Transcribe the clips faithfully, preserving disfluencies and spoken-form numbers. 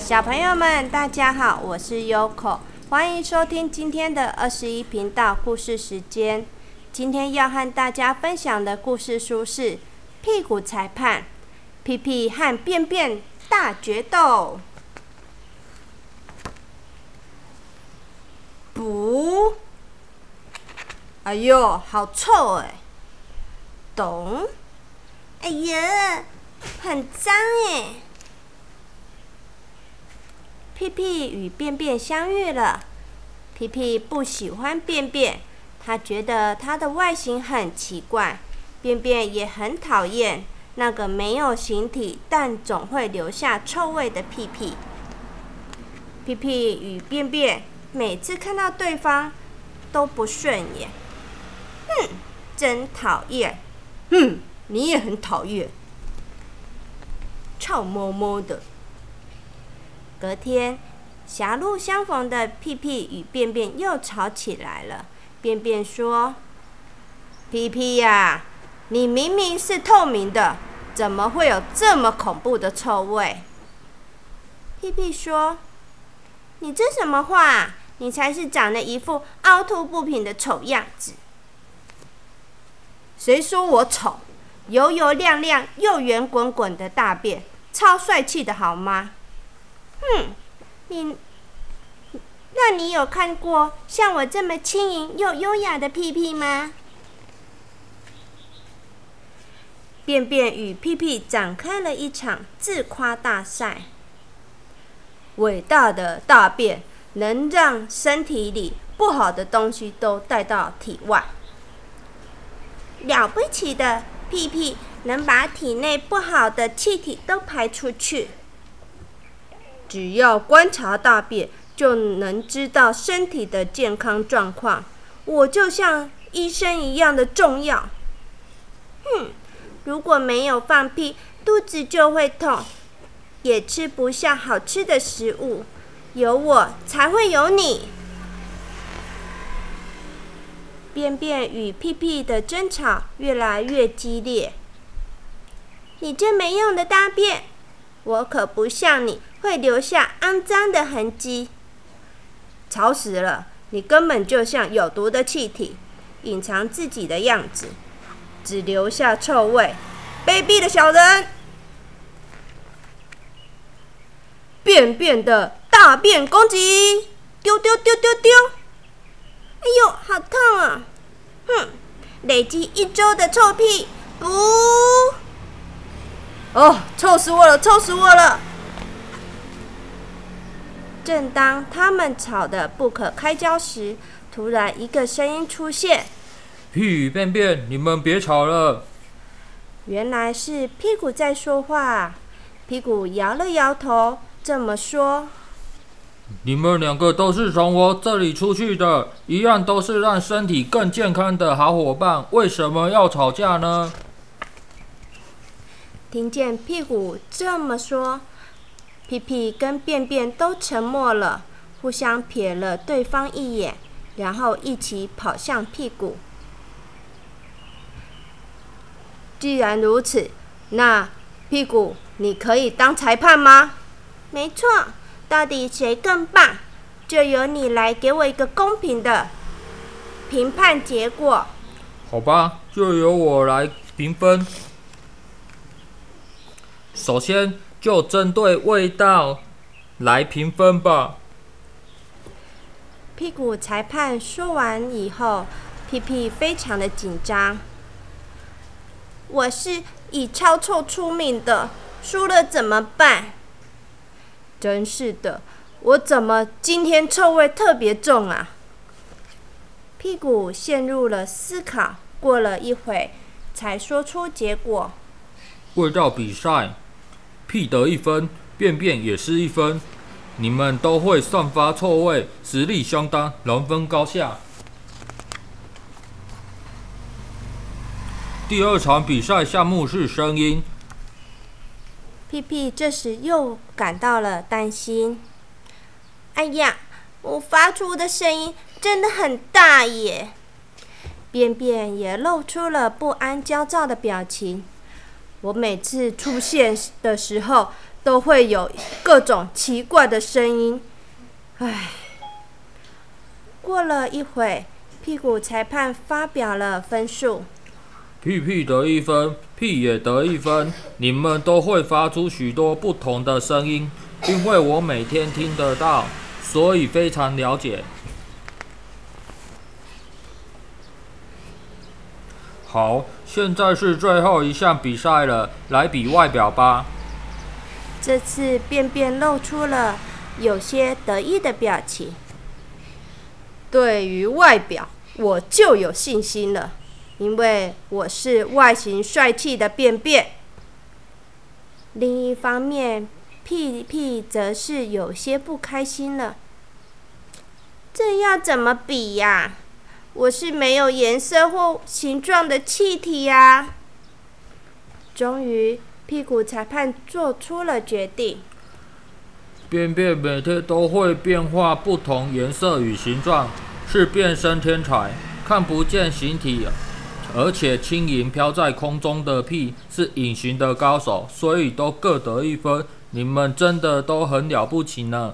小朋友们，大家好，我是 Yoko， 欢迎收听今天的二十一频道故事时间。今天要和大家分享的故事书是《屁股裁判》，屁屁和便便大决斗。不，哎呦，好臭哎！懂？哎呀，很脏哎！屁屁与便便相遇了。屁屁不喜欢便便，他觉得它的外形很奇怪。便便也很讨厌那个没有形体但总会留下臭味的屁屁。屁屁与便便每次看到对方都不顺眼。哼，真讨厌。哼，你也很讨厌。臭摸摸的。隔天，狭路相逢的屁屁与便便又吵起来了。便便说：“屁屁呀，你明明是透明的，怎么会有这么恐怖的臭味？”屁屁说：“你这什么话啊？你才是长得一副凹凸不平的丑样子。”谁说我丑？油油亮亮又圆滚滚的大便，超帅气的好吗？哼，你，那你有看过像我这么轻盈又优雅的屁屁吗？便便与屁屁展开了一场自夸大赛。伟大的大便能让身体里不好的东西都带到体外。了不起的屁屁能把体内不好的气体都排出去。只要观察大便，就能知道身体的健康状况。我就像医生一样的重要。哼，如果没有放屁，肚子就会痛，也吃不下好吃的食物。有我才会有你。便便与屁屁的争吵越来越激烈。你这没用的大便，我可不像你会留下肮脏的痕迹。吵死了！你根本就像有毒的气体，隐藏自己的样子，只留下臭味。卑鄙的小人！便便的大便攻击，丢丢丢丢丢！哎呦，好痛啊！哼，累积一周的臭屁，不！哦，臭死我了，臭死我了！正当他们吵得不可开交时，突然一个声音出现：“ 屁与便便，你们别吵了。” 原来是屁股在说话。屁股摇了摇头，这么说：“ 你们两个都是从我这里出去的，一样都是让身体更健康的好伙伴，为什么要吵架呢？” 听见屁股这么说，屁屁跟便便都沉默了，互相瞥了对方一眼，然后一起跑向屁股。既然如此，那屁股，你可以当裁判吗？没错，到底谁更棒，就由你来给我一个公平的评判结果。 好吧，就由我来评分。首先，就针对味道来评分吧。 屁股裁判说完以后，屁屁非常的紧张。我是以超臭出名的，输了怎么办？真是的，我怎么今天臭味特别重啊？屁股陷入了思考，过了一会才说出结果。 味道比赛，屁得一分，便便也是一分。你们都会散发臭味，实力相当，能分高下。第二场比赛项目是声音。 屁屁这时又感到了担心。哎呀，我发出的声音真的很大耶！便便也露出了不安、焦躁的表情。我每次出现的时候， 都会有各种奇怪的声音。唉，过了一会，屁股裁判发表了分数。 屁屁得一分，屁也得一分。你们都会发出许多不同的声音，因为我每天听得到，所以非常了解。好，现在是最后一项比赛了，来比外表吧。 这次便便露出了有些得意的表情。对于外表，我就有信心了。因为我是外形帅气的便便。另一方面，屁屁则是有些不开心了。这要怎么比呀？我是没有颜色或形状的气体呀。终于，屁股裁判做出了决定。 便便每天都会变化不同颜色与形状，是变身天才，看不见形体。而且轻盈飘在空中的屁是隐形的高手，所以都各得一分。你们真的都很了不起呢。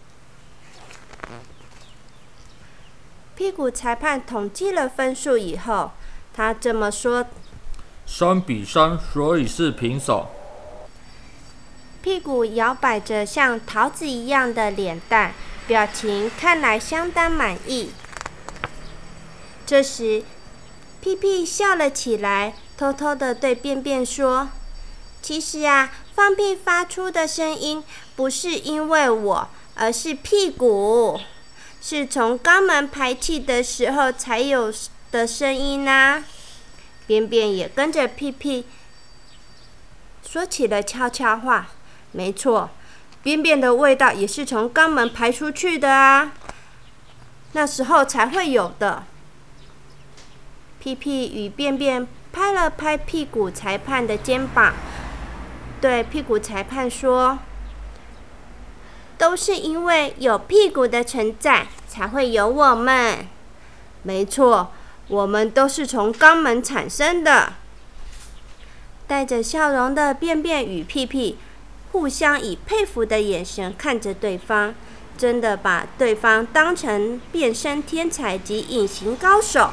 屁股裁判统计了分数以后，他这么说： 三比三，所以是平手。 屁股摇摆着像桃子一样的脸蛋，表情看来相当满意。这时，屁屁笑了起来，偷偷地对便便说：其实啊，放屁发出的声音不是因为我，而是屁股，是从肛门排气的时候才有的声音啊。便便也跟着屁屁说起了悄悄话。没错，便便的味道也是从肛门排出去的啊，那时候才会有的。屁屁与便便拍了拍屁股裁判的肩膀，对屁股裁判说：都是因为有屁股的存在，才会有我们。没错，我们都是从肛门产生的。带着笑容的便便与屁屁互相以佩服的眼神看着对方，真的把对方当成变身天才及隐形高手。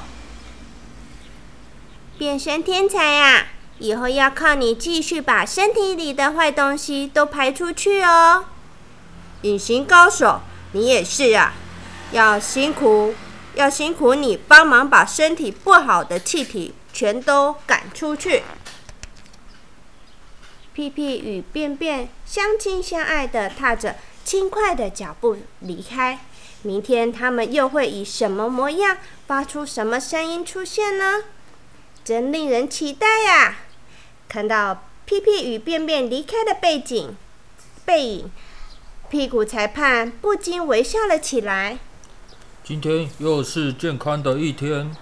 变身天才啊，以后要靠你继续把身体里的坏东西都排出去哦。隐形高手，你也是啊，要辛苦，要辛苦你帮忙把身体不好的气体全都赶出去。屁屁与便便相亲相爱地踏着轻快的脚步离开。明天他们又会以什么模样，发出什么声音出现呢？真令人期待呀！看到屁屁与便便离开的背景背影，屁股裁判不禁微笑了起来。 今天又是健康的一天。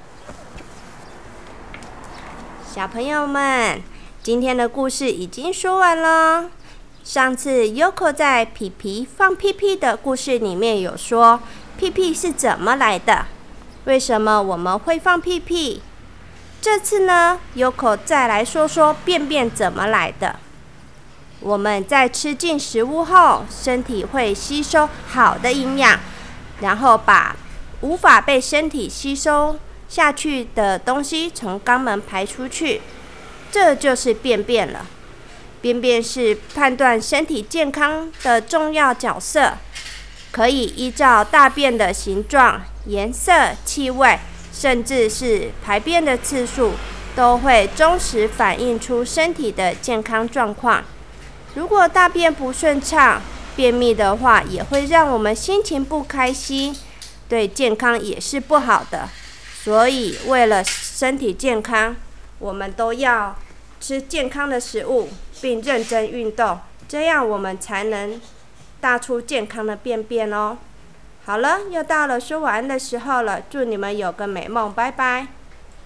小朋友们，今天的故事已经说完了。上次 Yoko 在皮皮放屁屁的故事里面有说，屁屁是怎么来的？为什么我们会放屁屁？这次呢 ，Yoko 再来说说便便怎么来的。我们在吃进食物后，身体会吸收好的营养，然后把无法被身体吸收下去的东西从肛门排出去，这就是便便了。便便是判断身体健康的重要角色，可以依照大便的形状、颜色、气味，甚至是排便的次数，都会忠实反映出身体的健康状况。如果大便不顺畅、便秘的话，也会让我们心情不开心，对健康也是不好的。所以，为了身体健康，我们都要吃健康的食物，并认真运动，这样我们才能大出健康的便便哦。好了，又到了说晚安的时候了，祝你们有个美梦，拜拜。